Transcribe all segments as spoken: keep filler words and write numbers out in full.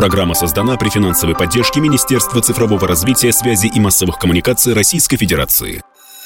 Программа создана при финансовой поддержке Министерства цифрового развития, связи и массовых коммуникаций Российской Федерации.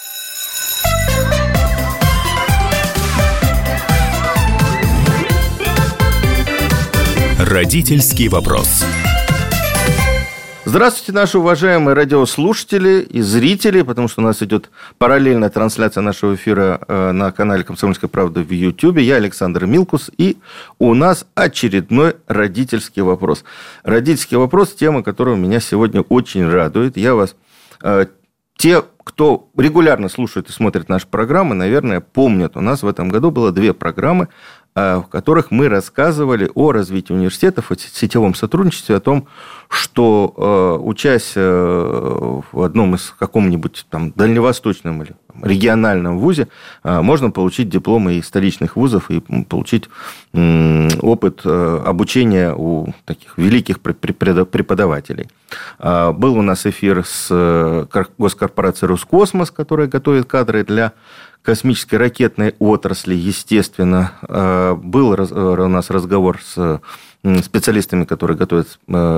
Родительский вопрос. Здравствуйте, наши уважаемые радиослушатели и зрители, потому что у нас идет параллельная трансляция нашего эфира на канале «Комсомольская правда» в Ютьюбе. Я Александр Милкус, и у нас очередной родительский вопрос. Родительский вопрос – тема, которая меня сегодня очень радует. Я вас... Те, кто регулярно слушает и смотрит наши программы, наверное, помнят, у нас в этом году было две программы, в которых мы рассказывали о развитии университетов, о сетевом сотрудничестве, о том, что, учась в одном из каком-нибудь там дальневосточном или региональном вузе, можно получить дипломы из столичных вузов и получить опыт обучения у таких великих преподавателей. Был у нас эфир с госкорпорацией «Роскосмос», которая готовит кадры для космической ракетной отрасли, естественно. Был у нас разговор с специалистами, которые готовят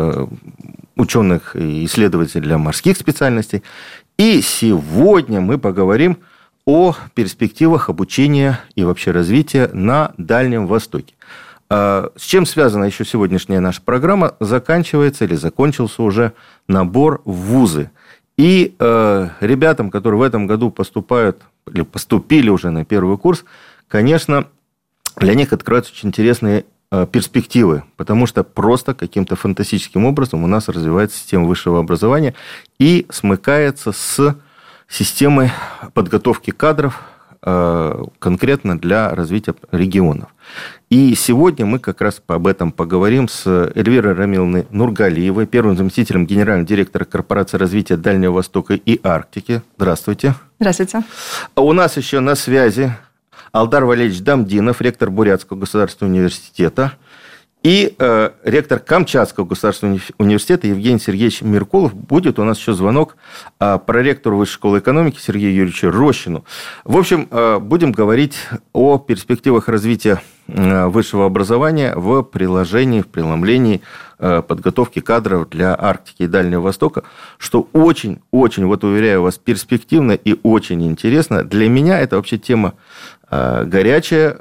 ученых и исследователей для морских специальностей. И сегодня мы поговорим о перспективах обучения и вообще развития на Дальнем Востоке. С чем связана еще сегодняшняя наша программа? Заканчивается или закончился уже набор в вузы. И э, ребятам, которые в этом году поступают или поступили уже на первый курс, конечно, для них откроются очень интересные э, перспективы, потому что просто каким-то фантастическим образом у нас развивается система высшего образования и смыкается с системой подготовки кадров э, конкретно для развития регионов. И сегодня мы как раз об этом поговорим с Эльвирой Рамиловной Нургалиевой, первым заместителем генерального директора корпорации развития Дальнего Востока и Арктики. Здравствуйте. Здравствуйте. А у нас еще на связи Алдар Валерьевич Дамдинов, ректор Бурятского государственного университета, и э, ректор Камчатского государственного университета Евгений Сергеевич Меркулов. Будет у нас еще звонок э, проректору Высшей школы экономики Сергею Юрьевичу Рощину. В общем, э, будем говорить о перспективах развития э, высшего образования в приложении, в преломлении э, подготовки кадров для Арктики и Дальнего Востока, что очень-очень, вот уверяю вас, перспективно и очень интересно. Для меня это вообще тема горячая.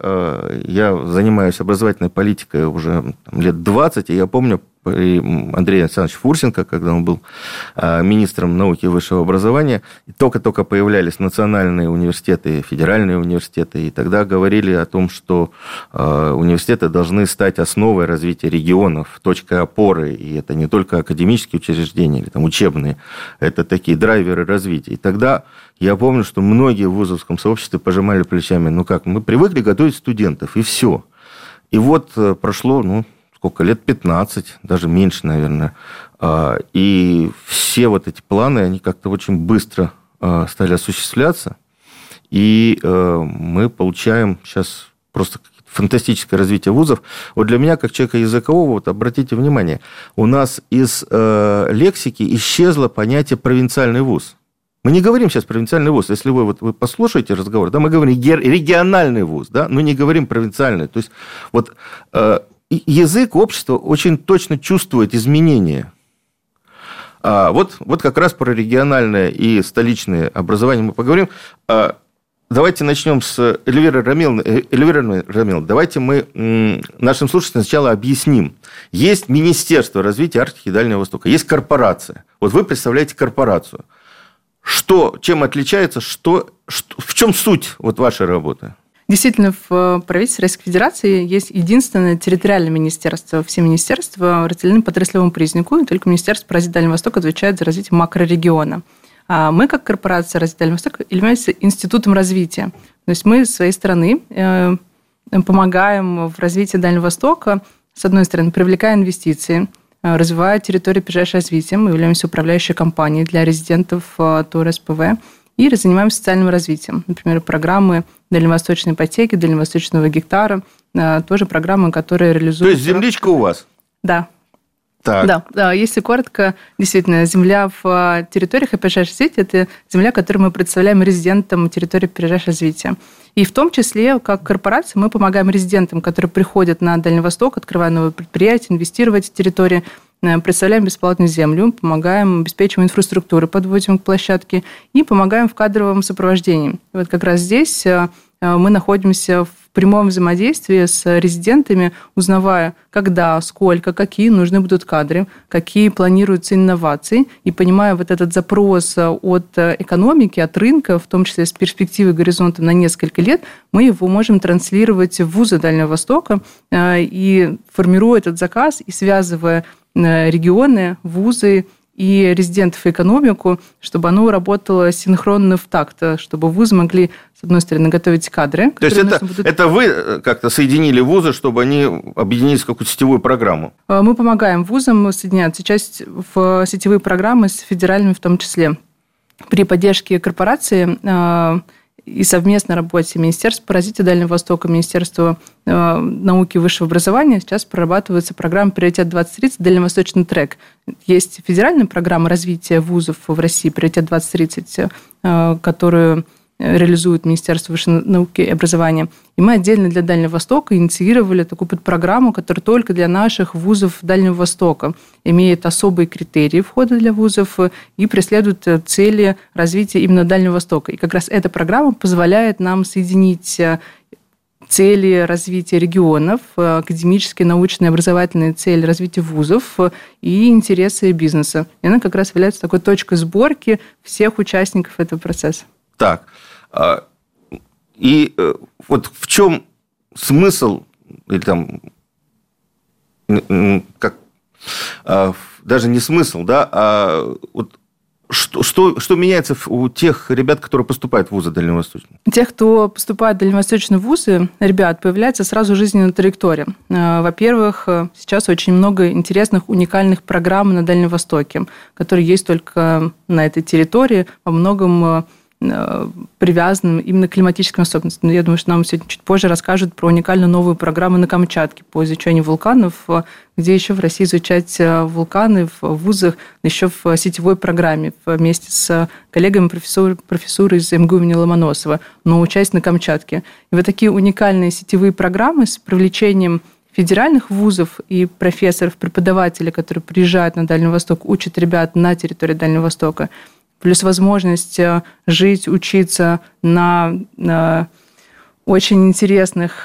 Я занимаюсь образовательной политикой уже лет двадцать, и я помню Андрей Александрович Фурсенко, когда он был министром науки и высшего образования, только-только появлялись национальные университеты, федеральные университеты, и тогда говорили о том, что университеты должны стать основой развития регионов, точкой опоры, и это не только академические учреждения или там учебные, это такие драйверы развития. И тогда я помню, что многие в вузовском сообществе пожимали плечами, ну как, мы привыкли готовить студентов, и все. И вот прошло, ну, сколько, лет пятнадцать, даже меньше, наверное, и все вот эти планы, они как-то очень быстро стали осуществляться, и мы получаем сейчас просто фантастическое развитие вузов. Вот для меня, как человека языкового, вот обратите внимание, у нас из лексики исчезло понятие «провинциальный вуз». Мы не говорим сейчас провинциальный вуз. Если вы, вот, вы послушаете разговор, да, мы говорим региональный вуз, да, но не говорим провинциальный. То есть вот э, язык общества очень точно чувствует изменения. А вот, вот как раз про региональное и столичное образование мы поговорим. А, давайте начнем с Эльвиры Рамиловны. Эльвира Рамиловна, давайте мы м, нашим слушателям сначала объясним. Есть Министерство развития Арктики и Дальнего Востока, есть корпорация. Вот вы представляете корпорацию. Что, чем отличается, что, что, в чем суть вот вашей работы? Действительно, в правительстве Российской Федерации есть единственное территориальное министерство. Все министерства разделены по отраслевому признаку, и только Министерство по развитию Дальнего Востока отвечает за развитие макрорегиона. А мы, как корпорация развития Дальнего Востока, являемся институтом развития. То есть мы с своей стороны помогаем в развитии Дальнего Востока, с одной стороны, привлекая инвестиции, развивая территорию опережающего развития. Мы являемся управляющей компанией для резидентов ТОР СПВ и занимаемся социальным развитием. Например, программы дальневосточной ипотеки, дальневосточного гектара, тоже программы, которые реализуют... То есть земличка у вас? Да. Так. Да, да, если коротко, действительно, земля в территориях опережающего развития – это земля, которую мы представляем резидентам территории опережающего развития. И в том числе, как корпорация, мы помогаем резидентам, которые приходят на Дальний Восток, открывая новые предприятия, инвестировать в территории, представляем бесплатную землю, помогаем, обеспечиваем инфраструктуру, подводим к площадке и помогаем в кадровом сопровождении. И вот как раз здесь мы находимся в прямом взаимодействии с резидентами, узнавая, когда, сколько, какие нужны будут кадры, какие планируются инновации, и понимая вот этот запрос от экономики, от рынка, в том числе с перспективой горизонта на несколько лет, мы его можем транслировать в вузы Дальнего Востока и формируя этот заказ и связывая регионы, вузы и резидентов и экономику, чтобы оно работало синхронно в такт, чтобы вузы могли, с одной стороны, готовить кадры. То есть это, будут... это вы как-то соединили вузы, чтобы они объединились в какую-то сетевую программу? Мы помогаем вузам соединяться часть в сетевые программы с федеральными в том числе. При поддержке корпорации и совместной работе Министерства по развитию Дальнего Востока, Министерства науки и высшего образования сейчас прорабатывается программа «Приоритет двадцать тридцать», дальневосточный трек. Есть федеральная программа развития вузов в России «Приоритет двадцать тридцать», которую реализует Министерство высшей науки и образования. И мы отдельно для Дальнего Востока инициировали такую подпрограмму, которая только для наших вузов Дальнего Востока имеет особые критерии входа для вузов и преследует цели развития именно Дальнего Востока. И как раз эта программа позволяет нам соединить цели развития регионов, академические, научные, образовательные цели развития вузов и интересы бизнеса. И она как раз является такой точкой сборки всех участников этого процесса. Так, и вот в чем смысл, или там, как, даже не смысл, да, а вот что, что, что меняется у тех ребят, которые поступают в вузы дальневосточные? Тех, кто поступает в дальневосточные вузы, ребят, появляется сразу жизненная траектория. Во-первых, сейчас очень много интересных, уникальных программ на Дальнем Востоке, которые есть только на этой территории, во многом привязанным именно к климатическим особенностям. Я думаю, что нам сегодня чуть позже расскажут про уникальную новую программу на Камчатке по изучению вулканов, где еще в России изучать вулканы в вузах, еще в сетевой программе вместе с коллегами профессор, профессуры из эм гэ у имени Ломоносова, но учась на Камчатке. И вот такие уникальные сетевые программы с привлечением федеральных вузов и профессоров, преподавателей, которые приезжают на Дальний Восток, учат ребят на территории Дальнего Востока, плюс возможность жить, учиться на, на очень интересных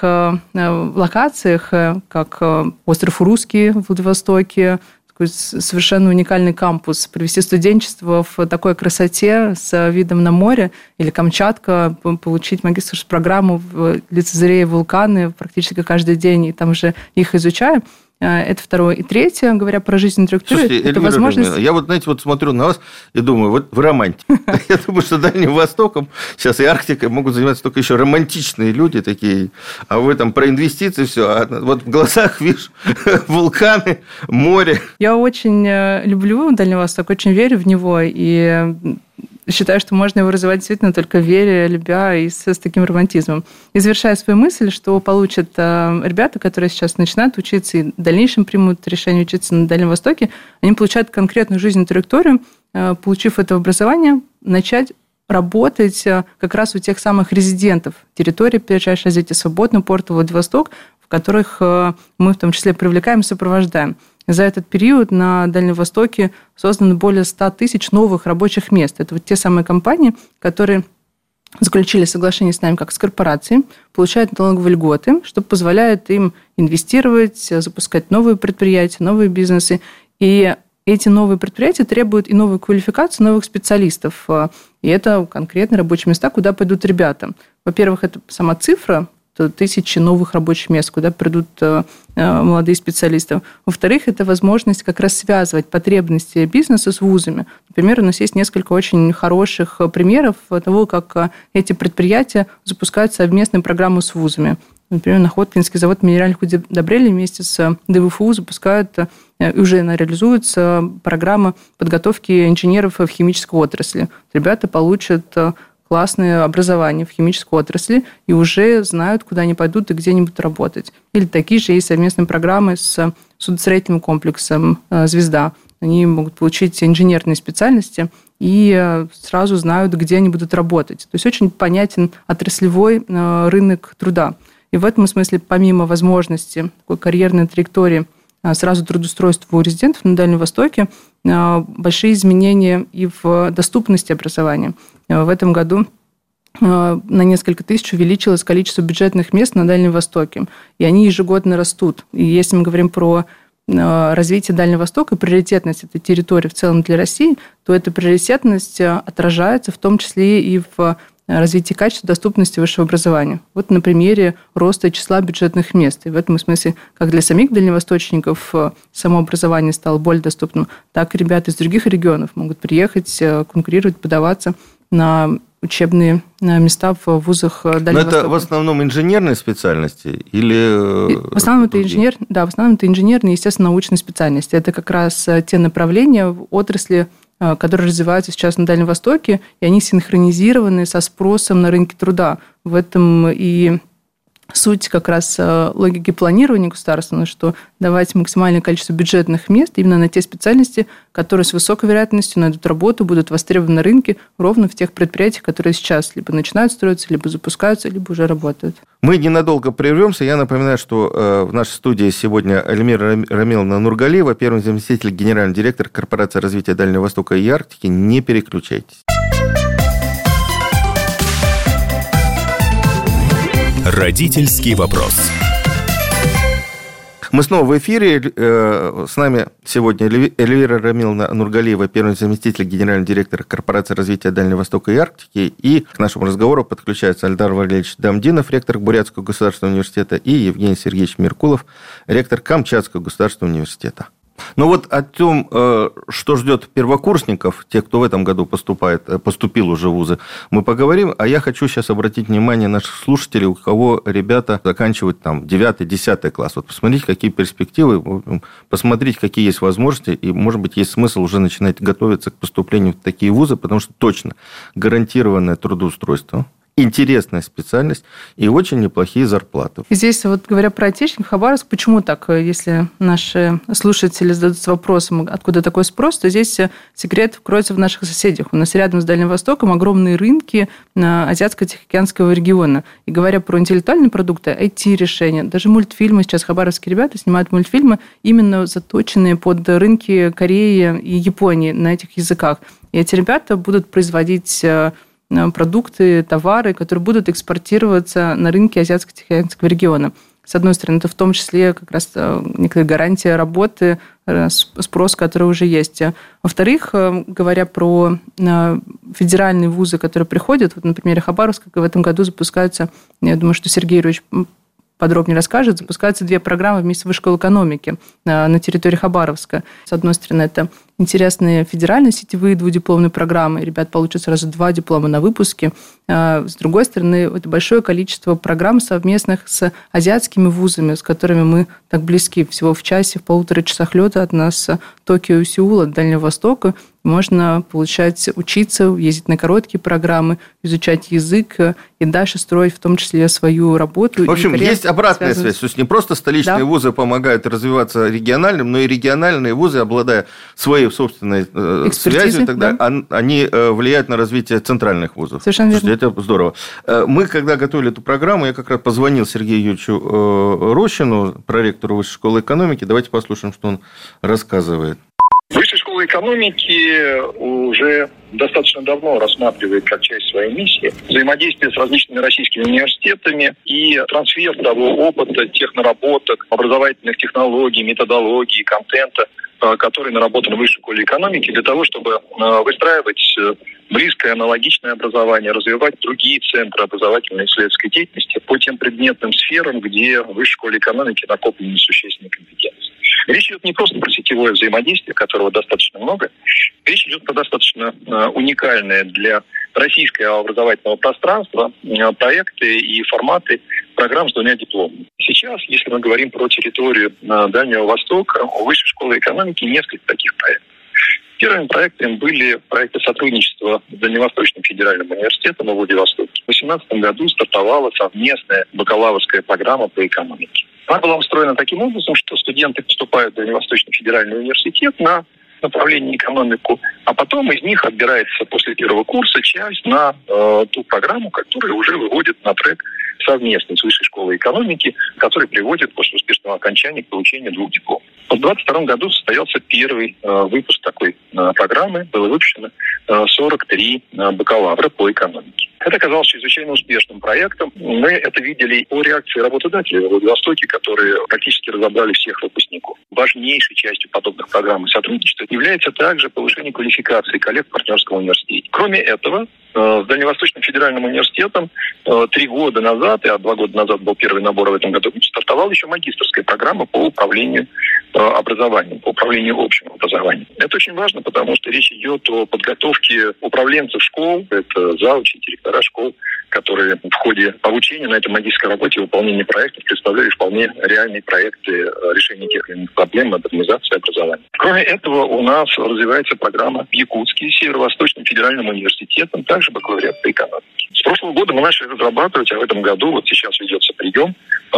локациях, как остров Русский в Владивостоке, такой совершенно уникальный кампус, провести студенчество в такой красоте с видом на море, или Камчатка, получить магистерскую программу, лицезрея вулканы практически каждый день, и там же их изучаем. Это второе. И третье, говоря про жизненную траекторию, Слушайте, это Эльмира возможность... Румина, я вот, знаете, вот смотрю на вас и думаю, вот вы романтик. Я думаю, что Дальним Востоком сейчас и Арктикой могут заниматься только еще романтичные люди такие, а вы там про инвестиции все, а вот в глазах вижу вулканы, море. Я очень люблю Дальний Восток, очень верю в него, и считаю, что можно его развивать действительно только веря, любя и с, с таким романтизмом. И завершая свою мысль, что получат э, ребята, которые сейчас начинают учиться и в дальнейшем примут решение учиться на Дальнем Востоке, они получают конкретную жизненную траекторию, э, получив это образование, начать работать э, как раз у тех самых резидентов территории передачи развития свободного порта Владивосток, в которых э, мы в том числе привлекаем и сопровождаем. За этот период на Дальнем Востоке создано более ста тысяч новых рабочих мест. Это вот те самые компании, которые заключили соглашение с нами как с корпорацией, получают налоговые льготы, что позволяет им инвестировать, запускать новые предприятия, новые бизнесы. И эти новые предприятия требуют и новую квалификацию, новых специалистов. И это конкретно рабочие места, куда пойдут ребята. Во-первых, это сама цифра, тысячи новых рабочих мест, куда придут молодые специалисты. Во-вторых, это возможность как раз связывать потребности бизнеса с вузами. Например, у нас есть несколько очень хороших примеров того, как эти предприятия запускают совместную программу с вузами. Например, Находкинский завод минеральных удобрений вместе с дэ вэ эф у запускают, и уже она реализуется, программа подготовки инженеров в химической отрасли. Ребята получат классное образование в химической отрасли и уже знают, куда они пойдут и где они будут работать. Или такие же есть совместные программы с судостроительным комплексом «Звезда». Они могут получить инженерные специальности и сразу знают, где они будут работать. То есть очень понятен отраслевой рынок труда. И в этом смысле, помимо возможности такой карьерной траектории сразу трудоустройства у резидентов на Дальнем Востоке, большие изменения и в доступности образования. В этом году на несколько тысяч увеличилось количество бюджетных мест на Дальнем Востоке, и они ежегодно растут. И если мы говорим про развитие Дальнего Востока и приоритетность этой территории в целом для России, то эта приоритетность отражается в том числе и в развитии качества доступности высшего образования. Вот на примере роста числа бюджетных мест. И в этом смысле как для самих дальневосточников само образование стало более доступным, так и ребята из других регионов могут приехать, конкурировать, подаваться на учебные места в вузах Дальнего Востока. Но это в основном инженерные специальности или... В основном это инженер, да, в основном это инженерные, естественно, научные специальности. Это как раз те направления в отрасли, которые развиваются сейчас на Дальнем Востоке, и они синхронизированы со спросом на рынке труда. В этом и суть как раз логики планирования государственного, что давать максимальное количество бюджетных мест именно на те специальности, которые с высокой вероятностью найдут работу, будут востребованы на рынке ровно в тех предприятиях, которые сейчас либо начинают строиться, либо запускаются, либо уже работают. Мы ненадолго прервемся. Я напоминаю, что в нашей студии сегодня Эльмира Рамиловна Нургалиева, первый заместитель генерального директора Корпорации развития Дальнего Востока и Арктики. Не переключайтесь. Родительский вопрос. Мы снова в эфире. С нами сегодня Эльвира Рамиловна Нургалиева, первый заместитель генерального директора Корпорации развития Дальнего Востока и Арктики. И к нашему разговору подключается Альдар Валерьевич Дамдинов, ректор Бурятского государственного университета, и Евгений Сергеевич Меркулов, ректор Камчатского государственного университета. Но вот о том, что ждет первокурсников, тех, кто в этом году поступает, поступил уже в вузы, мы поговорим. А я хочу сейчас обратить внимание наших слушателей, у кого ребята заканчивают там девятый, десятый класс. Вот посмотрите, какие перспективы, посмотрите, какие есть возможности, и, может быть, есть смысл уже начинать готовиться к поступлению в такие вузы, потому что точно гарантированное трудоустройство, интересная специальность и очень неплохие зарплаты. Здесь, вот говоря про отечественный Хабаровск, почему так, если наши слушатели задаются вопросом, откуда такой спрос, то здесь секрет кроется в наших соседях. У нас рядом с Дальним Востоком огромные рынки Азиатско-Тихоокеанского региона. И говоря про интеллектуальные продукты, ай ти-решения, даже мультфильмы, сейчас хабаровские ребята снимают мультфильмы, именно заточенные под рынки Кореи и Японии на этих языках. И эти ребята будут производить продукты, товары, которые будут экспортироваться на рынке Азиатско-Тихоокеанского региона. С одной стороны, это в том числе как раз некая гарантия работы, спрос, который уже есть. Во-вторых, говоря про федеральные вузы, которые приходят, вот на примере Хабаровска в этом году запускаются, я думаю, что Сергей Юрьевич подробнее расскажет, запускаются две программы вместе с Высшей школой экономики на территории Хабаровска. С одной стороны, это интересные федеральные сетевые двудипломные программы. Ребят получат сразу два диплома на выпуске. С другой стороны, это большое количество программ совместных с азиатскими вузами, с которыми мы так близки. Всего в часе, в полутора часах лета от нас Токио и Сеул, от Дальнего Востока. Можно получать, учиться, ездить на короткие программы, изучать язык и дальше строить в том числе свою работу. В общем, есть обратная связанную... связь. То есть не просто столичные да. вузы помогают развиваться региональным, но и региональные вузы, обладая своей собственной связью, тогда да. они влияют на развитие центральных вузов. Совершенно верно. Это здорово. Мы, когда готовили эту программу, я как раз позвонил Сергею Юрьевичу Рощину, проректору Высшей школы экономики. Давайте послушаем, что он рассказывает. Высшая школа экономики уже достаточно давно рассматривает как часть своей миссии взаимодействие с различными российскими университетами и трансфер того опыта, тех наработок, образовательных технологий, методологий, контента, который наработан в Высшей школе экономики, для того, чтобы выстраивать близкое аналогичное образование, развивать другие центры образовательной и исследовательской деятельности по тем предметным сферам, где в Высшей школе экономики накоплены существенные компетенции. Речь идет не просто про сетевое взаимодействие, которого достаточно много. Речь идет про достаточно уникальное для российского образовательного пространства проекты и форматы программ с двумя дипломами. Сейчас, если мы говорим про территорию Дальнего Востока, у Высшей школы экономики несколько таких проектов. Первыми проектами были проекты сотрудничества с Дальневосточным федеральным университетом в Владивостоке. В две тысячи восемнадцатом году стартовала совместная бакалаврская программа по экономике. Она была устроена таким образом, что студенты поступают в Дальневосточный федеральный университет на направление экономику, а потом из них отбирается после первого курса часть на э, ту программу, которая уже выводит на трек совместный с Высшей школой экономики, который приводит после успешного окончания к получению двух дипломов. В двадцать втором году состоялся первый э, выпуск такой э, программы. Было выпущено э, сорок три э, бакалавра по экономике. Это оказалось чрезвычайно успешным проектом. Мы это видели по реакции работодателей в Владивостоке, которые практически разобрали всех выпускников. Важнейшей частью подобных программ и сотрудничества является также повышение квалификации коллег в партнерском университете. Кроме этого, с Дальневосточным федеральным университетом три года назад, а два года назад был первый набор, в этом году стартовала еще магистерская программа по управлению образованием, по управлению общим образованием. Это очень важно, потому что речь идет о подготовке управленцев школ, это завучи, директора школ, которые в ходе обучения на этой магистерской работе, выполнения проектов представляли вполне реальные проекты решения тех или иных проблем, модернизации образования. Кроме этого, у нас развивается программа в Якутске, Северо-Восточным федеральным университетом, также бакалавриат по экономике. С прошлого года мы начали разрабатывать, а в этом году, вот сейчас ведется прием,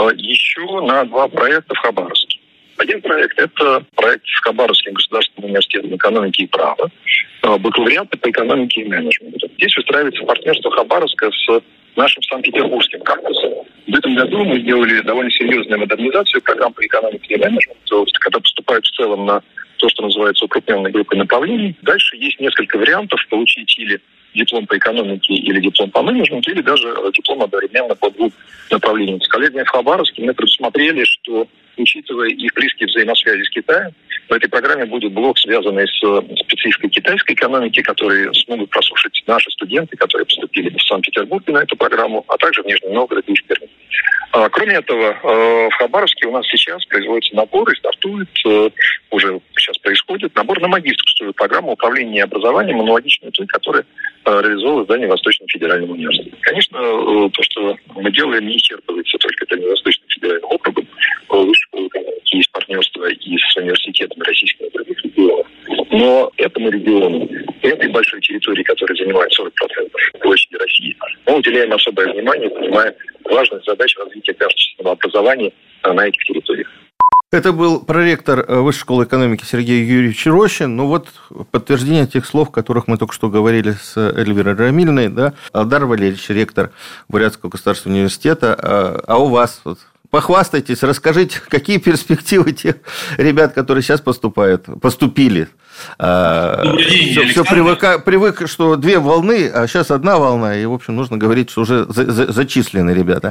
еще на два проекта в Хабаровске. Один проект – это проект с Хабаровским государственным университетом экономики и права, бакалавриаты по экономике и менеджменту. Здесь выстраивается партнерство Хабаровска с нашим Санкт-Петербургским кампусом. В этом году мы сделали довольно серьезную модернизацию программ по экономике и менеджменту, когда поступают в целом на то, что называется укрупненной группой направлений. Дальше есть несколько вариантов получить или диплом по экономике, или диплом по менеджменту, или даже диплом одновременно по двум направлениям. С коллегами в Хабаровске мы предусмотрели, что, учитывая их близкие взаимосвязи с Китаем, в этой программе будет блок, связанный с спецификой китайской экономики, который смогут прослушать наши студенты, которые поступили в Санкт-Петербурге на эту программу, а также в Нижнем Новгороде и в Перми. Кроме этого, в Хабаровске у нас сейчас производится набор и стартует, уже сейчас происходит, набор на магистерскую программу управления образованием, аналогичную той, которая реализовывалась Дальневосточным федеральным университетом. Конечно, то, что мы делаем, не исчерпывается только Дальневосточным федеральным округом. В Высшей школе экономики есть партнерство и с университетами российских и других регионов. Но этому региону, этой большой территории, которая занимает сорок процентов площади России, мы уделяем особое внимание, понимая важность задач развития качественного образования на этих территориях. Это был проректор Высшей школы экономики Сергей Юрьевич Рощин. Ну вот подтверждение тех слов, о которых мы только что говорили с Эльвирой Рамильной, да? Алдар Валерьевич, ректор Бурятского государственного университета. А у вас вот похвастайтесь, расскажите, какие перспективы тех ребят, которые сейчас поступают, поступили. Добрый день, все, все привык, привык, что две волны, а сейчас одна волна, и, в общем, нужно говорить, что уже за, за, зачислены ребята.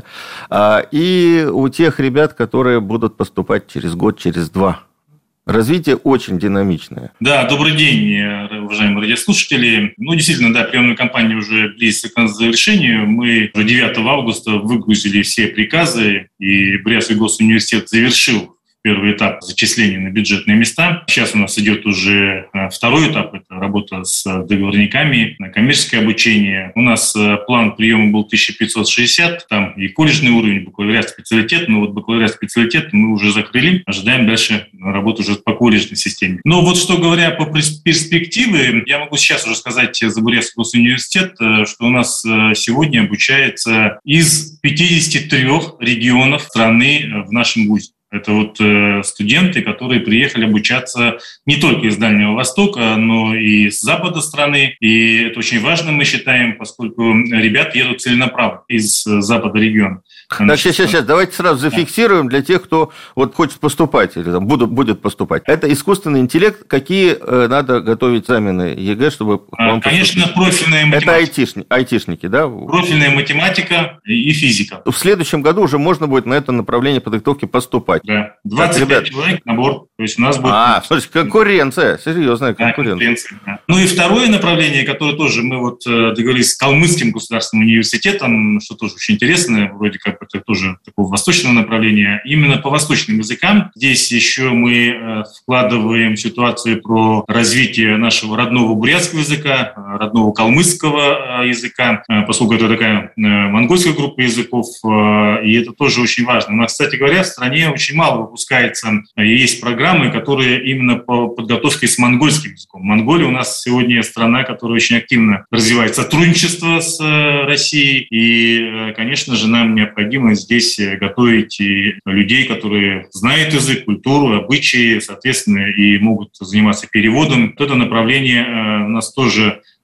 И у тех ребят, которые будут поступать через год, через два. Развитие очень динамичное. Да, добрый день, уважаемые радиослушатели. Ну, действительно, да, приемная кампания уже близится к завершению. Мы уже девятого августа выгрузили все приказы, и Бурятский госуниверситет завершил первый этап зачисления на бюджетные места. Сейчас у нас идет уже второй этап, это работа с договорниками, на коммерческое обучение. У нас план приема был тысяча пятьсот шестьдесят, там и колледжный уровень, бакалавриат, специалитет, но вот бакалавриат, специалитет мы уже закрыли, ожидаем дальше работу уже по колледжной системе. Но вот что говоря по перспективе, я могу сейчас уже сказать за Бурятский госуниверситет, что у нас сегодня обучается из пятидесяти трёх регионов страны в нашем вузе. Это вот э, студенты, которые приехали обучаться не только из Дальнего Востока, но и с запада страны. И это очень важно, мы считаем, поскольку ребята едут целенаправленно из запада региона. Так, сейчас, сейчас, сейчас, давайте сразу зафиксируем для тех, кто вот хочет поступать или там, будут, будет поступать. Это искусственный интеллект. Какие э, надо готовить экзамены ЕГЭ, чтобы к вам Конечно, поступить? профильная математика. Это айтишни, айтишники, да? Профильная математика и физика. В следующем году уже можно будет на это направление подготовки поступать. Да, двадцать пять так, человек набор. То есть у нас будет... А, смотрите, конкуренция, серьезная конкуренция. Да, конкуренция да. Ну и второе направление, которое тоже мы вот договорились с Калмыцким государственным университетом, что тоже очень интересно, вроде как это тоже такого восточного направления, именно по восточным языкам. Здесь еще мы вкладываем ситуацию про развитие нашего родного бурятского языка, родного калмыцкого языка, поскольку это такая монгольская группа языков, и это тоже очень важно. У нас, кстати говоря, в стране очень мало выпускается, есть программы, которые именно по подготовке с монгольским языком. Монголия у нас сегодня страна, которая очень активно развивает сотрудничество с Россией, и, конечно же, нам необходимо здесь готовить и людей, которые знают язык, культуру, обычаи, соответственно, и могут заниматься переводом. Вот это направление у нас тоже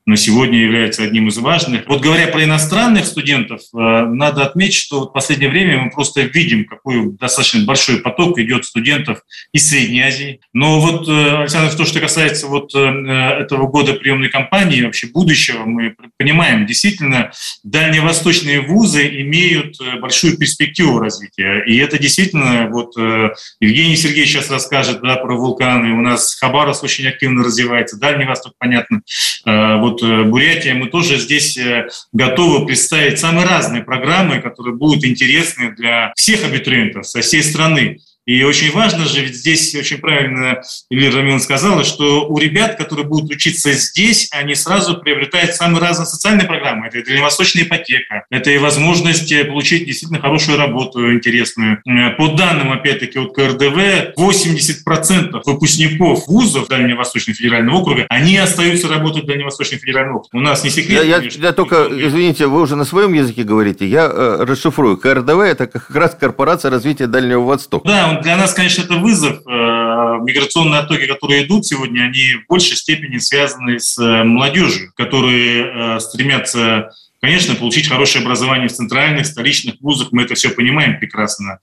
на сегодня является одним из важных. Вот говоря про иностранных студентов, надо отметить, что в последнее время мы просто видим, какой достаточно большой поток идет студентов из Средней Азии. Но вот, Александр, то, что касается вот этого года приемной кампании, вообще будущего, мы понимаем, действительно, дальневосточные вузы имеют большую перспективу развития. И это действительно, вот Евгений Сергеевич сейчас расскажет, да, про вулканы. У нас Хабаровск очень активно развивается, Дальний Восток, понятно. Вот Бурятия, мы тоже здесь готовы представить самые разные программы, которые будут интересны для всех абитуриентов со всей страны. И очень важно же, ведь здесь очень правильно Эльвира Рамиловна сказала, что у ребят, которые будут учиться здесь, они сразу приобретают самые разные социальные программы. Это и дальневосточная ипотека, это и возможность получить действительно хорошую работу, интересную. По данным, опять-таки, от ка эр дэ вэ, восемьдесят процентов выпускников вузов Дальневосточного федерального округа, они остаются работать в Дальневосточном федеральном округе. У нас не секрет. Я, я, я только, извините, вы уже на своем языке говорите, я э, расшифрую. ка эр дэ вэ – это как раз Корпорация развития Дальнего Востока. Да, для нас, конечно, это вызов. Миграционные оттоки, которые идут сегодня, они в большей степени связаны с молодежью, которые стремятся, конечно, получить хорошее образование в центральных, столичных вузах. Мы это все понимаем прекрасно.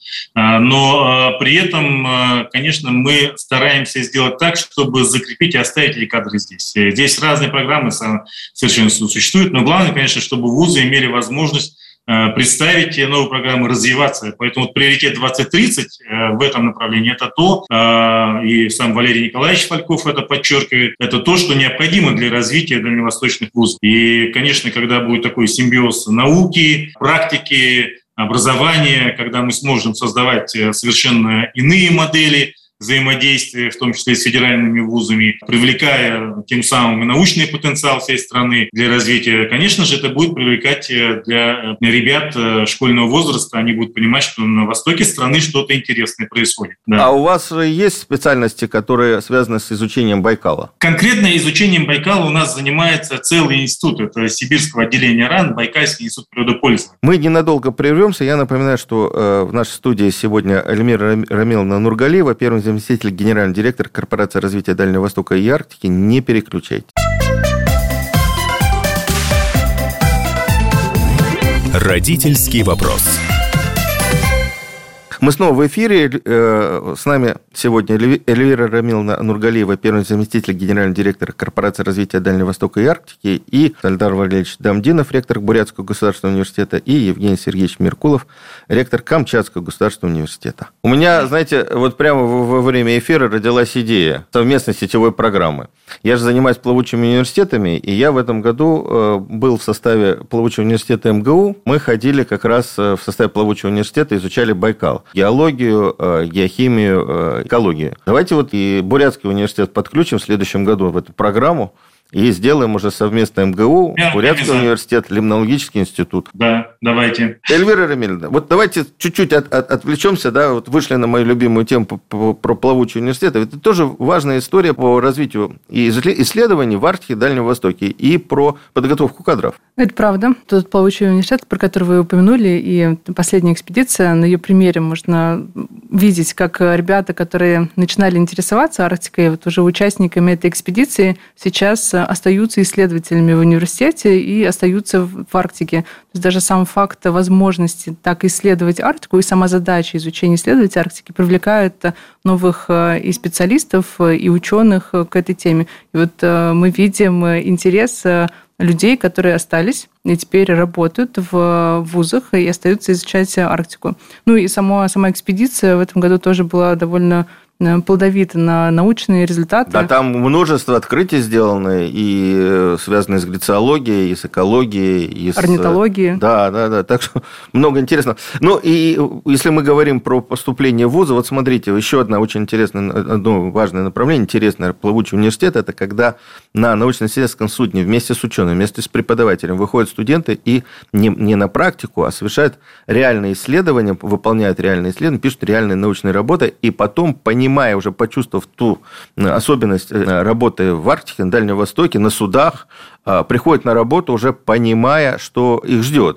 Но при этом, конечно, мы стараемся сделать так, чтобы закрепить и оставить эти кадры здесь. Здесь разные программы совершенно существуют, но главное, конечно, чтобы вузы имели возможность представить новые программы, развиваться. Поэтому вот приоритет двадцать тридцать в этом направлении – это то, и сам Валерий Николаевич Фальков это подчеркивает, это то, что необходимо для развития дальневосточных вузов. И, конечно, когда будет такой симбиоз науки, практики, образования, когда мы сможем создавать совершенно иные модели взаимодействия, в том числе с федеральными вузами, привлекая тем самым и научный потенциал всей страны для развития. Конечно же, это будет привлекать для ребят школьного возраста. Они будут понимать, что на востоке страны что-то интересное происходит. Да. А у вас есть специальности, которые связаны с изучением Байкала? Конкретно изучением Байкала у нас занимается целый институт. Это Сибирского отделения РАН, Байкальский институт природопользования. Мы ненадолго прервемся. Я напоминаю, что в нашей студии сегодня Эльмира Рамиловна Нургалиева, первый заместитель генерального директора Корпорации развития Дальнего Востока и Арктики. Не переключайтесь. Родительский вопрос. Мы снова в эфире. С нами сегодня Эльвира Рамиловна Нургалиева, первый заместитель генерального директора Корпорации развития Дальнего Востока и Арктики, и Альдар Валерьевич Дамдинов, ректор Бурятского государственного университета, и Евгений Сергеевич Меркулов, ректор Камчатского государственного университета. У меня, знаете, вот прямо во время эфира родилась идея совместной сетевой программы. Я же занимаюсь плавучими университетами, и я в этом году был в составе плавучего университета эм гэ у. Мы ходили как раз в составе плавучего университета, изучали Байкал. Геологию, геохимию, экологию. Давайте вот и Бурятский университет подключим в следующем году в эту программу и сделаем уже совместно эм гэ у, да, Бурятский университет, Лимнологический институт. Да, давайте. Эльвира Рамилевна, вот давайте чуть-чуть от, от, отвлечемся, да, вот вышли на мою любимую тему по, по, про плавучий университет. Это тоже важная история по развитию и исследований в Арктике и Дальнем Востоке и про подготовку кадров. Это правда. Тот плавучий университет, про который вы упомянули, и последняя экспедиция, на ее примере можно видеть, как ребята, которые начинали интересоваться Арктикой, вот уже участниками этой экспедиции, сейчас остаются исследователями в университете и остаются в Арктике. То есть даже сам факт возможности так исследовать Арктику и сама задача изучения исследовать Арктики привлекает новых и специалистов, и ученых к этой теме. И вот мы видим интерес людей, которые остались и теперь работают в вузах и остаются изучать Арктику. Ну и сама, сама экспедиция в этом году тоже была довольно плодовито на научные результаты. Да, там множество открытий сделано, и связанные с глициологией, и с экологией, и с орнитологией. Да, да, да, так что много интересного. Ну, и если мы говорим про поступление в вузы, вот смотрите, еще одно очень интересное, одно важное направление, интересное, плавучий университет, это когда на научно-исследовательском судне вместе с ученым, вместе с преподавателем выходят студенты и не, не на практику, а совершают реальные исследования, выполняют реальные исследования, пишут реальные научные работы, и потом понимают, понимая, уже почувствовав ту особенность работы в Арктике, на Дальнем Востоке, на судах, приходят на работу, уже понимая, что их ждет.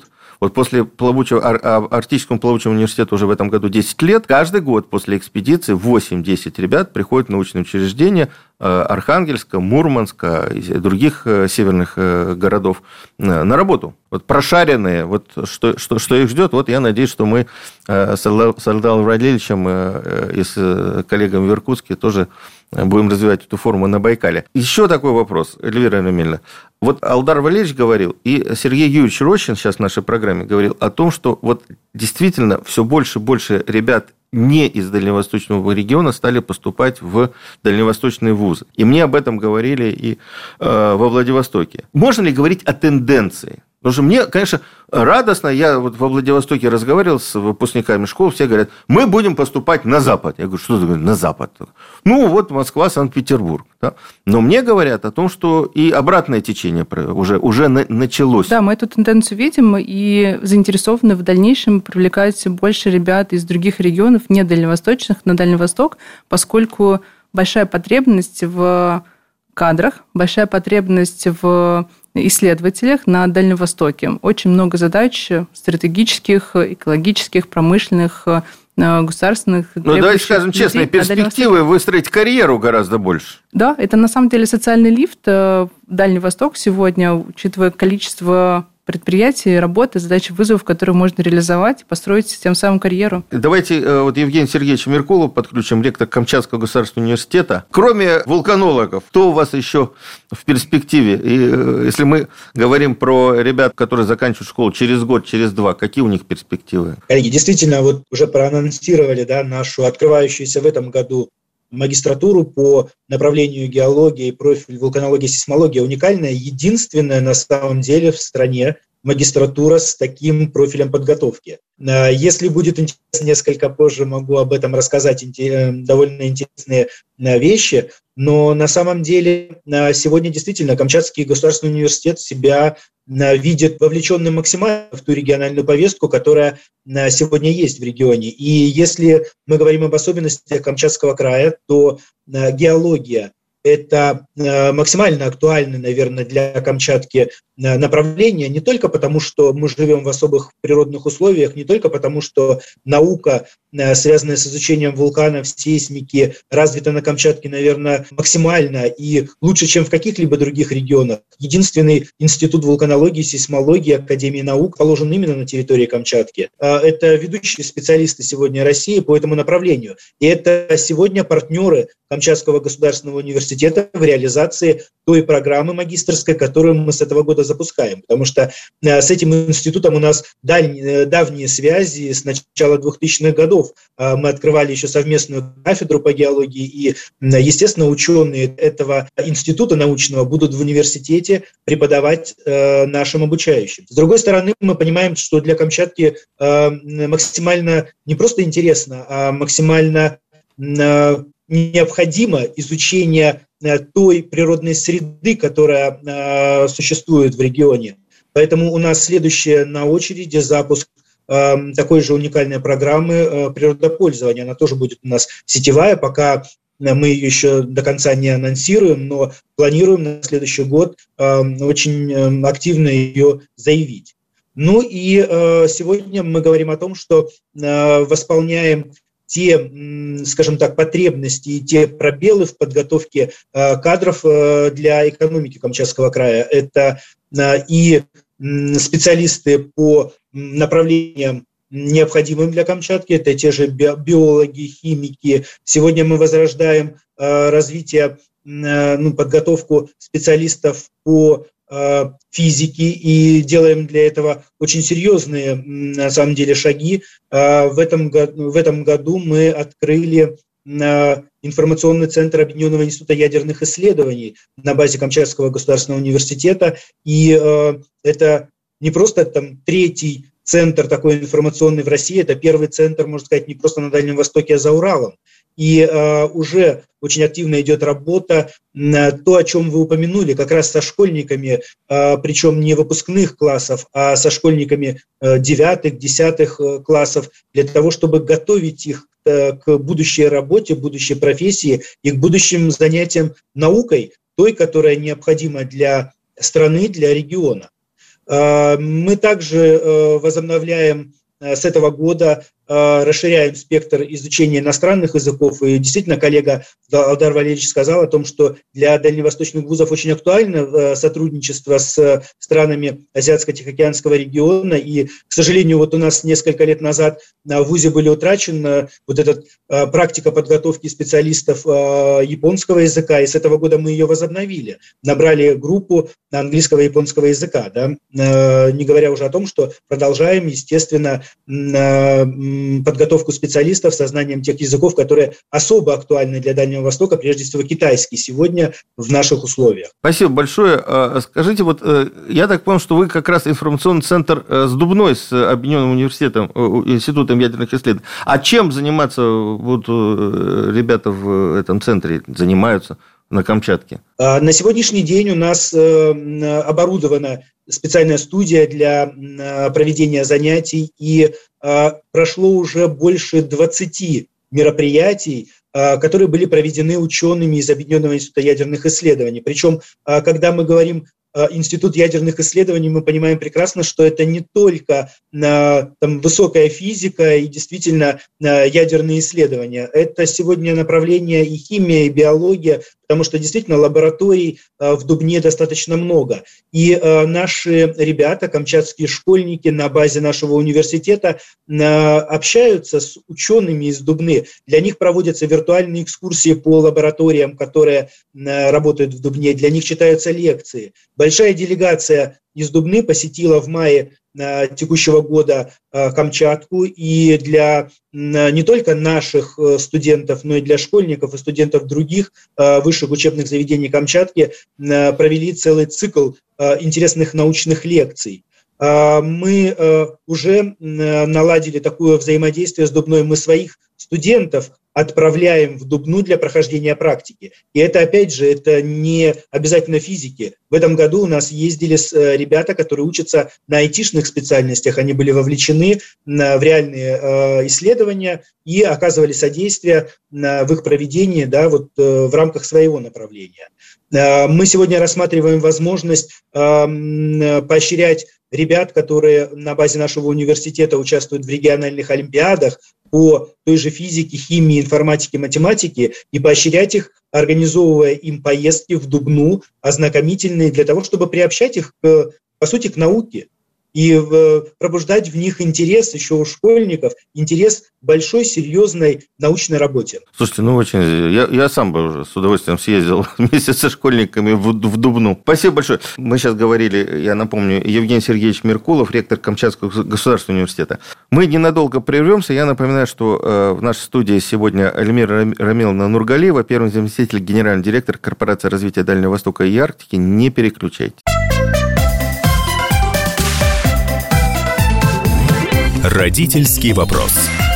Вот после плавучего, ар, Арктическому плавучему университету уже в этом году десять лет, каждый год после экспедиции восемь-десять ребят приходят в научные учреждения Архангельска, Мурманска и других северных городов на работу. Вот прошаренные, вот что, что, что их ждет, вот я надеюсь, что мы с Алдалом Валерьевичем и с коллегами в Иркутске тоже будем развивать эту форму на Байкале. Еще такой вопрос, Эльвира Рамильевна. Вот Алдар Валерьевич говорил, и Сергей Юрьевич Рощин сейчас в нашей программе говорил о том, что вот действительно все больше и больше ребят не из дальневосточного региона стали поступать в дальневосточные вузы. И мне об этом говорили и э, во Владивостоке. Можно ли говорить о тенденции? Потому что мне, конечно, радостно, я вот во Владивостоке разговаривал с выпускниками школ, все говорят, мы будем поступать на Запад. Я говорю, что ты говоришь, на Запад? Ну, вот Москва, Санкт-Петербург. Да? Но мне говорят о том, что и обратное течение уже, уже началось. Да, мы эту тенденцию видим и заинтересованы в дальнейшем привлекать больше ребят из других регионов, не дальневосточных, на Дальний Восток, поскольку большая потребность в кадрах, большая потребность в исследователях на Дальнем Востоке. Очень много задач стратегических, экологических, промышленных, государственных. Ну, давайте скажем честно, перспективы выстроить карьеру гораздо больше. Да, это на самом деле социальный лифт. Дальний Восток сегодня, учитывая количество предприятий, работы, задачи, вызовов, которые можно реализовать, построить тем самым карьеру. Давайте вот Евгения Сергеевича Меркулова подключим, ректор Камчатского государственного университета. Кроме вулканологов, кто у вас еще в перспективе? И если мы говорим про ребят, которые заканчивают школу через год, через два, какие у них перспективы? Коллеги, действительно, вот уже проанонсировали, да, нашу открывающуюся в этом году магистратуру по направлению геологии, профиль вулканологии и сейсмологии. Уникальная, единственная на самом деле в стране магистратура с таким профилем подготовки. Если будет интересно, несколько позже могу об этом рассказать, довольно интересные вещи, но на самом деле сегодня действительно Камчатский государственный университет себя видит вовлеченным максимально в ту региональную повестку, которая сегодня есть в регионе. И если мы говорим об особенностях Камчатского края, то геология – это максимально актуальное, наверное, для Камчатки направление, не только потому, что мы живем в особых природных условиях, не только потому, что наука, связанная с изучением вулканов, сейсмики, развита на Камчатке, наверное, максимально и лучше, чем в каких-либо других регионах. Единственный институт вулканологии, сейсмологии Академии наук положен именно на территории Камчатки. Это ведущие специалисты сегодня России по этому направлению. И это сегодня партнеры Камчатского государственного университета в реализации той программы магистерской, которую мы с этого года запускаем, потому что с этим институтом у нас дальние, давние связи с начала двухтысячных годов. Мы открывали еще совместную кафедру по геологии, и, естественно, ученые этого института научного будут в университете преподавать нашим обучающим. С другой стороны, мы понимаем, что для Камчатки максимально не просто интересно, а максимально необходимо изучение той природной среды, которая э, существует в регионе. Поэтому у нас следующее на очереди запуск э, такой же уникальной программы э, природопользования. Она тоже будет у нас сетевая, пока мы ее еще до конца не анонсируем, но планируем на следующий год э, очень активно ее заявить. Ну и э, сегодня мы говорим о том, что э, восполняем те, скажем так, потребности и те пробелы в подготовке кадров для экономики Камчатского края. Это и специалисты по направлениям, необходимым для Камчатки, это те же биологи, химики. Сегодня мы возрождаем развитие, ну, подготовку специалистов по физики и делаем для этого очень серьезные, на самом деле, шаги. В этом году, в этом году мы открыли информационный центр Объединенного института ядерных исследований на базе Камчатского государственного университета. И это не просто там третий центр такой информационный в России, это первый центр, можно сказать, не просто на Дальнем Востоке, а за Уралом. И э, уже очень активно идет работа на то, о чем вы упомянули, как раз со школьниками, э, причем не выпускных классов, а со школьниками э, девятых, десятых э, классов, для того, чтобы готовить их э, к будущей работе, будущей профессии и к будущим занятиям наукой, той, которая необходима для страны, для региона. Мы также возобновляем с этого года, расширяем спектр изучения иностранных языков. И действительно, коллега Алдар Валерьевич сказал о том, что для дальневосточных вузов очень актуально сотрудничество с странами Азиатско-Тихоокеанского региона. И, к сожалению, вот у нас несколько лет назад в вузе были утрачена вот эта практика подготовки специалистов японского языка. И с этого года мы ее возобновили. Набрали группу английского и японского языка. Да? Не говоря уже о том, что продолжаем, естественно, подготовку специалистов со знанием тех языков, которые особо актуальны для Дальнего Востока, прежде всего китайский, сегодня в наших условиях. Спасибо большое. Скажите, вот я так понял, что вы как раз информационный центр с Дубной, с Объединенным университетом, Институтом ядерных исследований. А чем заниматься вот ребята в этом центре занимаются на Камчатке? На сегодняшний день у нас оборудована специальная студия для проведения занятий, и прошло уже больше двадцати мероприятий, которые были проведены учеными из Объединенного института ядерных исследований. Причем, когда мы говорим Институт ядерных исследований, мы понимаем прекрасно, что это не только там, высокая физика и действительно ядерные исследования. Это сегодня направление и химия, и биология, потому что действительно лабораторий в Дубне достаточно много. И наши ребята, камчатские школьники на базе нашего университета общаются с учеными из Дубны. Для них проводятся виртуальные экскурсии по лабораториям, которые работают в Дубне. Для них читаются лекции. Большая делегация из Дубны посетила в мае текущего года Камчатку, и для не только наших студентов, но и для школьников и студентов других высших учебных заведений Камчатки провели целый цикл интересных научных лекций. Мы уже наладили такое взаимодействие с Дубной. Мы своих студентов отправляем в Дубну для прохождения практики. И это, опять же, это не обязательно физики. В этом году у нас ездили ребята, которые учатся на айтишных специальностях. Они были вовлечены в реальные исследования и оказывали содействие в их проведении, да, вот, в рамках своего направления. Мы сегодня рассматриваем возможность поощрять ребят, которые на базе нашего университета участвуют в региональных олимпиадах по той же физике, химии, информатике, математике, и поощрять их, организовывая им поездки в Дубну, ознакомительные, для того, чтобы приобщать их, к, по сути, к науке. И пробуждать в них интерес еще у школьников, интерес к большой, серьезной научной работе. Слушайте, ну очень... Я, я сам бы уже с удовольствием съездил вместе со школьниками в, в Дубну. Спасибо большое. Мы сейчас говорили, я напомню, Евгений Сергеевич Меркулов, ректор Камчатского государственного университета. Мы ненадолго прервемся. Я напоминаю, что в нашей студии сегодня Эльмира Рамиловна Нургалиева, первый заместитель генерального директора Корпорации развития Дальнего Востока и Арктики. Не переключайтесь. Родительский вопрос.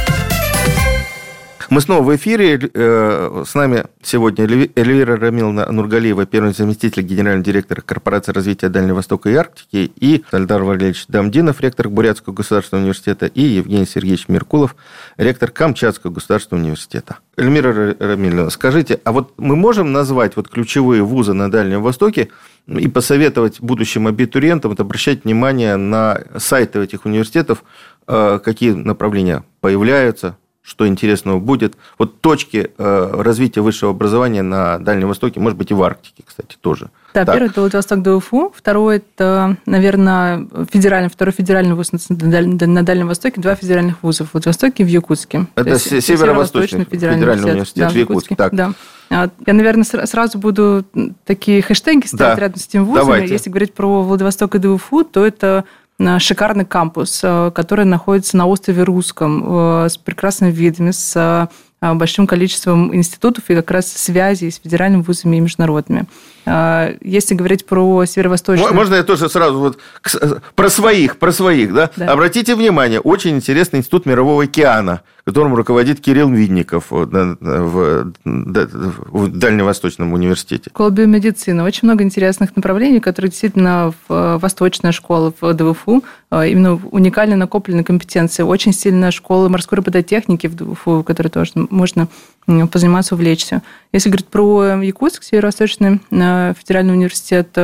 Мы снова в эфире. С нами сегодня Эльвира Рамиловна Нургалиева, первый заместитель генерального директора Корпорации развития Дальнего Востока и Арктики, и Алдар Валерьевич Дамдинов, ректор Бурятского государственного университета, и Евгений Сергеевич Меркулов, ректор Камчатского государственного университета. Эльмира Рамиловна, скажите, а вот мы можем назвать вот ключевые вузы на Дальнем Востоке и посоветовать будущим абитуриентам вот, обращать внимание на сайты этих университетов, какие направления появляются, что интересного будет. Вот точки развития высшего образования на Дальнем Востоке, может быть, и в Арктике, кстати, тоже. Да, так. Первый – это Владивосток ДУФУ, второй – это, наверное, федеральный, второй федеральный вуз на Дальнем Востоке, два федеральных вуза в Владивостоке и в Якутске. Это Северо-Восточный федеральный, федеральный университет, да, в Якутске. Так. Да. Я, наверное, сразу буду такие хэштеги ставить, да, рядом с этими вузами. Давайте. Если говорить про Владивосток и ДУФУ, то это шикарный кампус, который находится на острове Русском, с прекрасными видами, с большим количеством институтов и как раз связей с федеральными вузами и международными. Если говорить про северо-восточный... Можно я тоже сразу вот про своих, про своих, да? Да. Обратите внимание, очень интересный институт Мирового океана, которым руководит Кирилл Видников в Дальневосточном университете. Школа биомедицины. Очень много интересных направлений, которые действительно в Восточная школа в ДВФУ, именно уникально накопленные компетенции. Очень сильная школа морской робототехники в ДВФУ, которой тоже можно позаниматься, увлечься. Если говорить про Якутск, Северо-Восточный федеральный университет,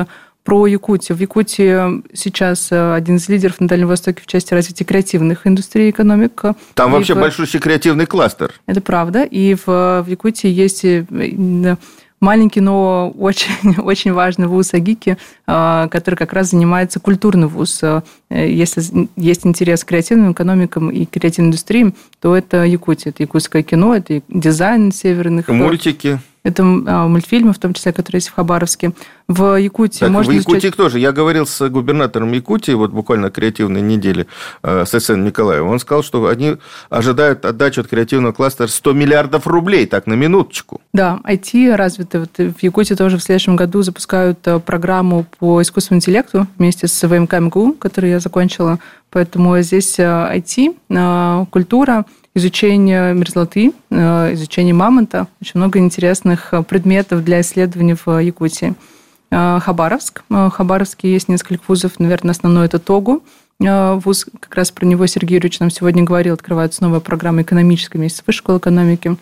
Про Якутию. В Якутии сейчас один из лидеров на Дальнем Востоке в части развития креативных индустрий и экономик. Там и вообще в... большущий креативный кластер. Это правда. И в, в Якутии есть маленький, но очень, очень важный вуз АГИКи, который как раз занимается культурный вуз. Если есть интерес к креативным экономикам и креативным индустриям, то это Якутия. Это якутское кино, это дизайн северных... Мультики. Это мультфильмы, в том числе, которые есть в Хабаровске. В Якутии так, можно в Якутии изучать... тоже. Я говорил с губернатором Якутии, вот буквально креативной недели, с Эсеном Николаевым. Он сказал, что они ожидают отдачу от креативного кластера сто миллиардов рублей, так, на минуточку. Да, ай ти развито. Вот в Якутии тоже в следующем году запускают программу по искусственному интеллекту вместе с ВМК МГУ, которую я закончила. Поэтому здесь ай ти, культура, изучение мерзлоты, изучение мамонта, очень много интересных предметов для исследований в Якутии. Хабаровск. В Хабаровске есть несколько вузов, наверное, основной это ТОГУ. Вуз, как раз про него Сергей Юрьевич нам сегодня говорил, открывается новая программа экономическая вместе с Высшей школой экономики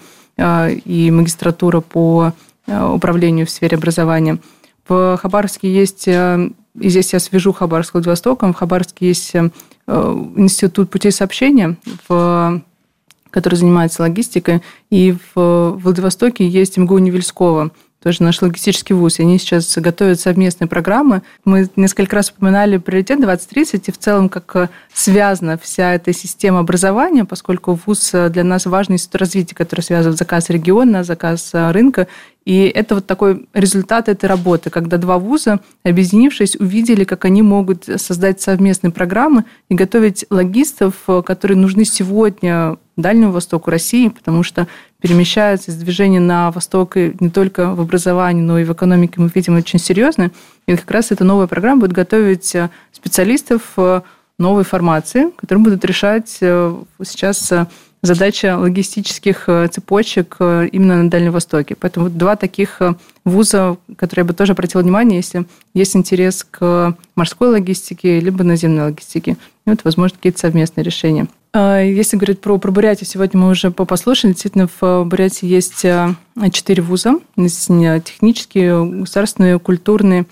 и магистратура по управлению в сфере образования. В Хабаровске есть, и здесь я свяжу Хабаровск с Владивостоком, в Хабаровске есть институт путей сообщения, в который занимается логистикой, и в Владивостоке есть МГУ Невельского, тоже наш логистический вуз, и они сейчас готовят совместные программы. Мы несколько раз упоминали приоритет двадцать тридцать, и в целом как связана вся эта система образования, поскольку вуз для нас важный институт развития, который связывает заказ региона, заказ рынка, и это вот такой результат этой работы, когда два вуза, объединившись, увидели, как они могут создать совместные программы и готовить логистов, которые нужны сегодня Дальнему Востоку России, потому что перемещается из движения на восток и не только в образовании, но и в экономике, мы видим, очень серьезно. И как раз эта новая программа будет готовить специалистов новой формации, которые будут решать сейчас задачи логистических цепочек именно на Дальнем Востоке. Поэтому вот два таких вуза, которые я бы тоже обратила внимание, если есть интерес к морской логистике, либо наземной логистике. И вот, возможно, какие-то совместные решения. Если говорить про, про Бурятию, сегодня мы уже послушали, действительно, в Бурятии есть четыре вуза, технические, государственные, культурные.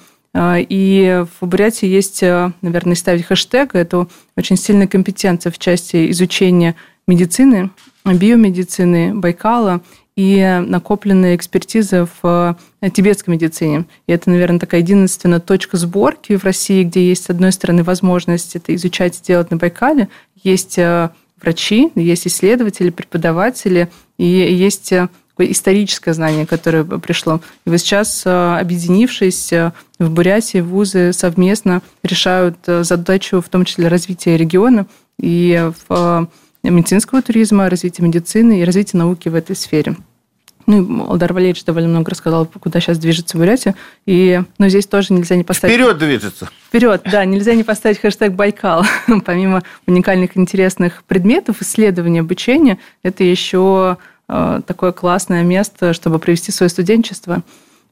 И в Бурятии есть, наверное, ставить хэштег, это очень сильная компетенция в части изучения медицины, биомедицины, Байкала и накопленная экспертиза в тибетской медицине. И это, наверное, такая единственная точка сборки в России, где есть, с одной стороны, возможность это изучать и делать на Байкале, есть врачи, есть исследователи, преподаватели, и есть такое историческое знание, которое пришло. И вот сейчас, объединившись в Бурятии, вузы совместно решают задачу, в том числе развития региона и в медицинского туризма, развития медицины и развития науки в этой сфере. Ну, и Алдар Валерьевич довольно много рассказал, куда сейчас движется Бурятия. И, но здесь тоже нельзя не поставить... Вперед движется! Вперед, да, нельзя не поставить хэштег Байкал. Помимо уникальных интересных предметов, исследования, обучения, это еще такое классное место, чтобы провести свое студенчество.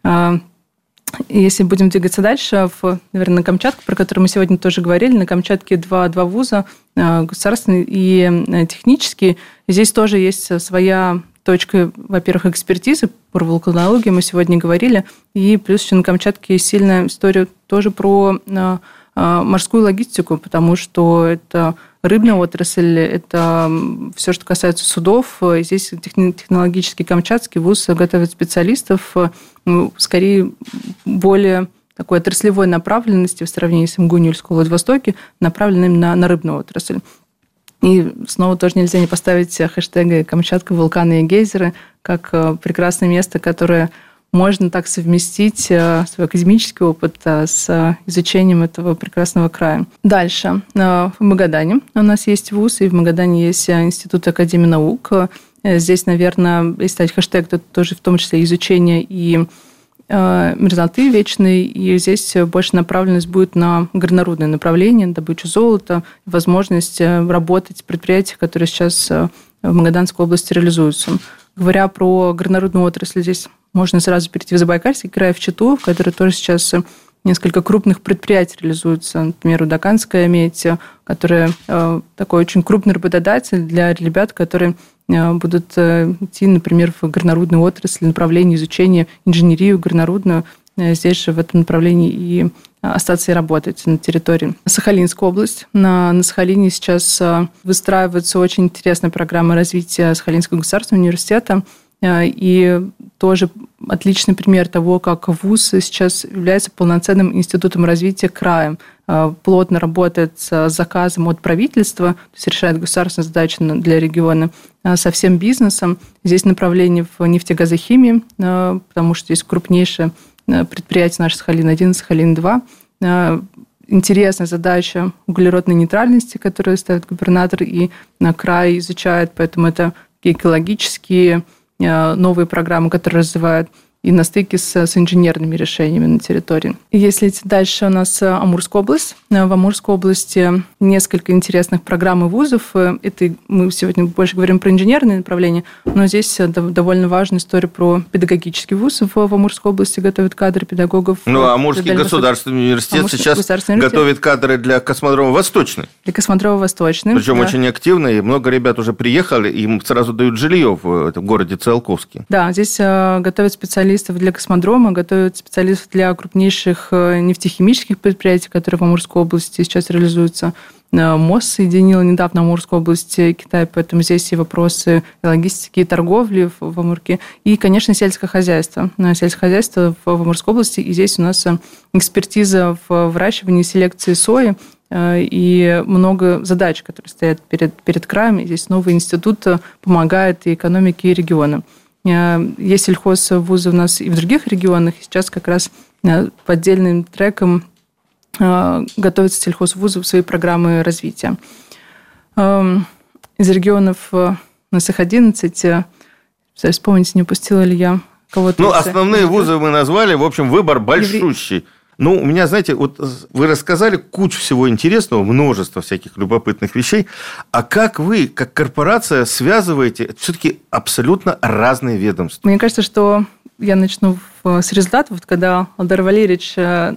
Если будем двигаться дальше, в, наверное, на Камчатку, про которую мы сегодня тоже говорили, на Камчатке два, два вуза, государственный и технический. Здесь тоже есть своя точка, во-первых, экспертизы, про вулканологию мы сегодня говорили, и плюс еще на Камчатке есть сильная история тоже про морскую логистику, потому что это рыбная отрасль, это все, что касается судов. Здесь технологический Камчатский вуз готовит специалистов, ну, скорее более такой отраслевой направленности в сравнении с МГУ Невельского в Владивостоке, направленной на, на рыбную отрасль. И снова тоже нельзя не поставить хэштег «Камчатка, вулканы и гейзеры» как прекрасное место, которое можно так совместить свой академический опыт с изучением этого прекрасного края. Дальше. В Магадане у нас есть вуз, и в Магадане есть Институт Академии наук. Здесь, наверное, если ставить хэштег, то тоже в том числе изучение и мерзлоты вечной, и здесь больше направленность будет на горнорудное направление, добычу золота, возможность работать в предприятиях, которые сейчас в Магаданской области реализуются. Говоря про горнорудную отрасль, здесь можно сразу перейти в Забайкальский край, в Читу, в которой тоже сейчас несколько крупных предприятий реализуются. Например, Удаканская медь, которая такой очень крупный работодатель для ребят, которые будут идти, например, в горнорудную отрасль, направление изучения инженерию горнорудную. Здесь же в этом направлении и остаться и работать на территории. Сахалинская область. На, на Сахалине сейчас выстраивается очень интересная программа развития Сахалинского государственного университета. И тоже отличный пример того, как вуз сейчас является полноценным институтом развития края. Плотно работает с заказом от правительства, то есть решает государственные задачи для региона, со всем бизнесом. Здесь направление в нефтегазохимии, потому что здесь крупнейшее предприятие наше Сахалин-один, Сахалин-два. Интересная задача углеродной нейтральности, которую ставит губернатор и край изучает, поэтому это экологические новые программы, которые развивают и на стыке с, с инженерными решениями на территории. Если идти дальше, у нас Амурская область. В Амурской области несколько интересных программ и вузов. Это мы сегодня больше говорим про инженерные направления, но здесь довольно важная история про педагогический вуз. В, в Амурской области готовят кадры педагогов. Ну, Амурский государственный университет Амурский сейчас университет. готовит кадры для космодрома Восточный. Для космодрома Восточный. Причем да. очень активно, и много ребят уже приехали, им сразу дают жилье в этом городе Циолковске. Да, здесь готовят специалисты для космодрома, готовят специалистов для крупнейших нефтехимических предприятий, которые в Амурской области сейчас реализуются. МОЗ соединил недавно Амурскую область и Китай, поэтому здесь и вопросы логистики и торговли в Амурке. И, конечно, сельское хозяйство. Сельское хозяйство в Амурской области. И здесь у нас экспертиза в выращивании и селекции сои и много задач, которые стоят перед, перед краем. И здесь новый институт помогает и экономике, и регионам. Есть сельхозвузы у нас и в других регионах. И сейчас как раз по отдельным трекам готовятся сельхозвузы в свои программы развития. Из регионов у нас их одиннадцать. Вспомните, не упустила ли я кого-то. Ну, основные вузы мы назвали. В общем, выбор большущий. Ну, у меня, знаете, вот вы рассказали кучу всего интересного, множество всяких любопытных вещей. А как вы, как корпорация, связываете все-таки абсолютно разные ведомства? Мне кажется, что я начну с результатов. Вот когда Алдар Валерьевич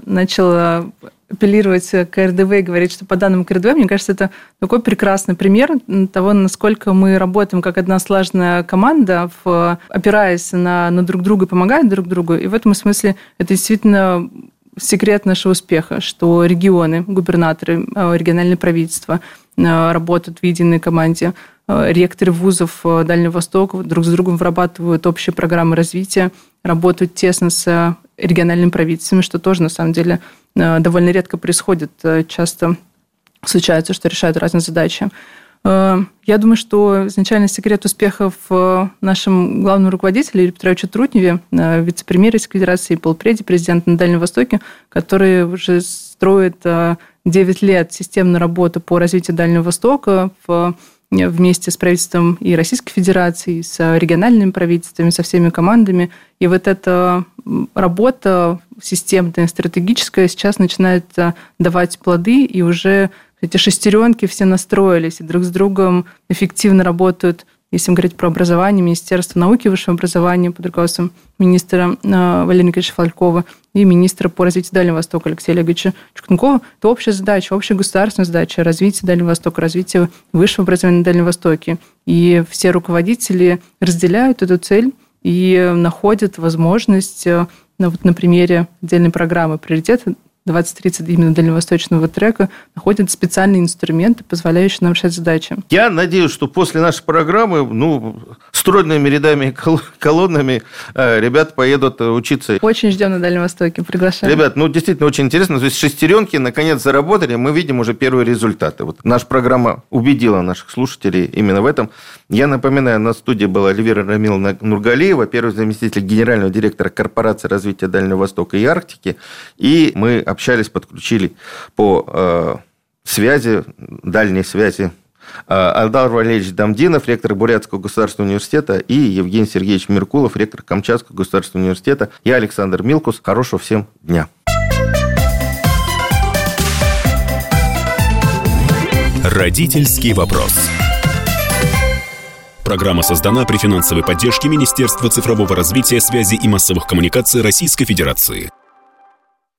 начал апеллировать к эр дэ вэ и говорить, что по данным ка эр дэ вэ, мне кажется, это такой прекрасный пример того, насколько мы работаем как одна слаженная команда, опираясь на, на друг друга, помогая друг другу. И в этом смысле это действительно секрет нашего успеха, что регионы, губернаторы, региональные правительства работают в единой команде, ректоры вузов Дальнего Востока друг с другом вырабатывают общие программы развития, работают тесно с региональными правительствами, что тоже, на самом деле, довольно редко происходит. Часто случается, что решают разные задачи. Я думаю, что изначально секрет успеха в нашем главном руководителе Юрии Петровиче Трутневе, вице-премьере Федерации и полпреде президента на Дальнем Востоке, который уже строит девять лет системную работу по развитию Дальнего Востока в вместе с правительством и Российской Федерации, и с региональными правительствами, со всеми командами. И вот эта работа системная, стратегическая сейчас начинает давать плоды, и уже эти шестеренки все настроились и друг с другом эффективно работают. Если говорить про образование, Министерство науки и высшего образования под руководством министра Валерия Николаевича Фалькова и министра по развитию Дальнего Востока Алексея Олеговича Чукункова, это общая задача, общая государственная задача развития Дальнего Востока, развития высшего образования на Дальнем Востоке. И все руководители разделяют эту цель и находят возможность, ну, вот на примере отдельной программы «Приоритеты двадцать тридцать» именно дальневосточного трека, находят специальные инструменты, позволяющие нам решать задачи. Я надеюсь, что после нашей программы, ну, стройными рядами, колоннами ребята поедут учиться. Очень ждем на Дальнем Востоке, приглашаем. Ребят, ну, действительно очень интересно. То есть шестеренки наконец заработали, мы видим уже первые результаты. Вот наша программа убедила наших слушателей именно в этом. Я напоминаю, на студии была Эльвира Рамиловна Нургалиева, первый заместитель генерального директора корпорации развития Дальнего Востока и Арктики. И мы общались, подключили по э, связи, дальней связи э, Алдар Валерьевич Дамдинов, ректор Бурятского государственного университета, и Евгений Сергеевич Меркулов, ректор Камчатского государственного университета. Я Александр Милкус. Хорошего всем дня. Родительский вопрос. Программа создана при финансовой поддержке Министерства цифрового развития, связи и массовых коммуникаций Российской Федерации.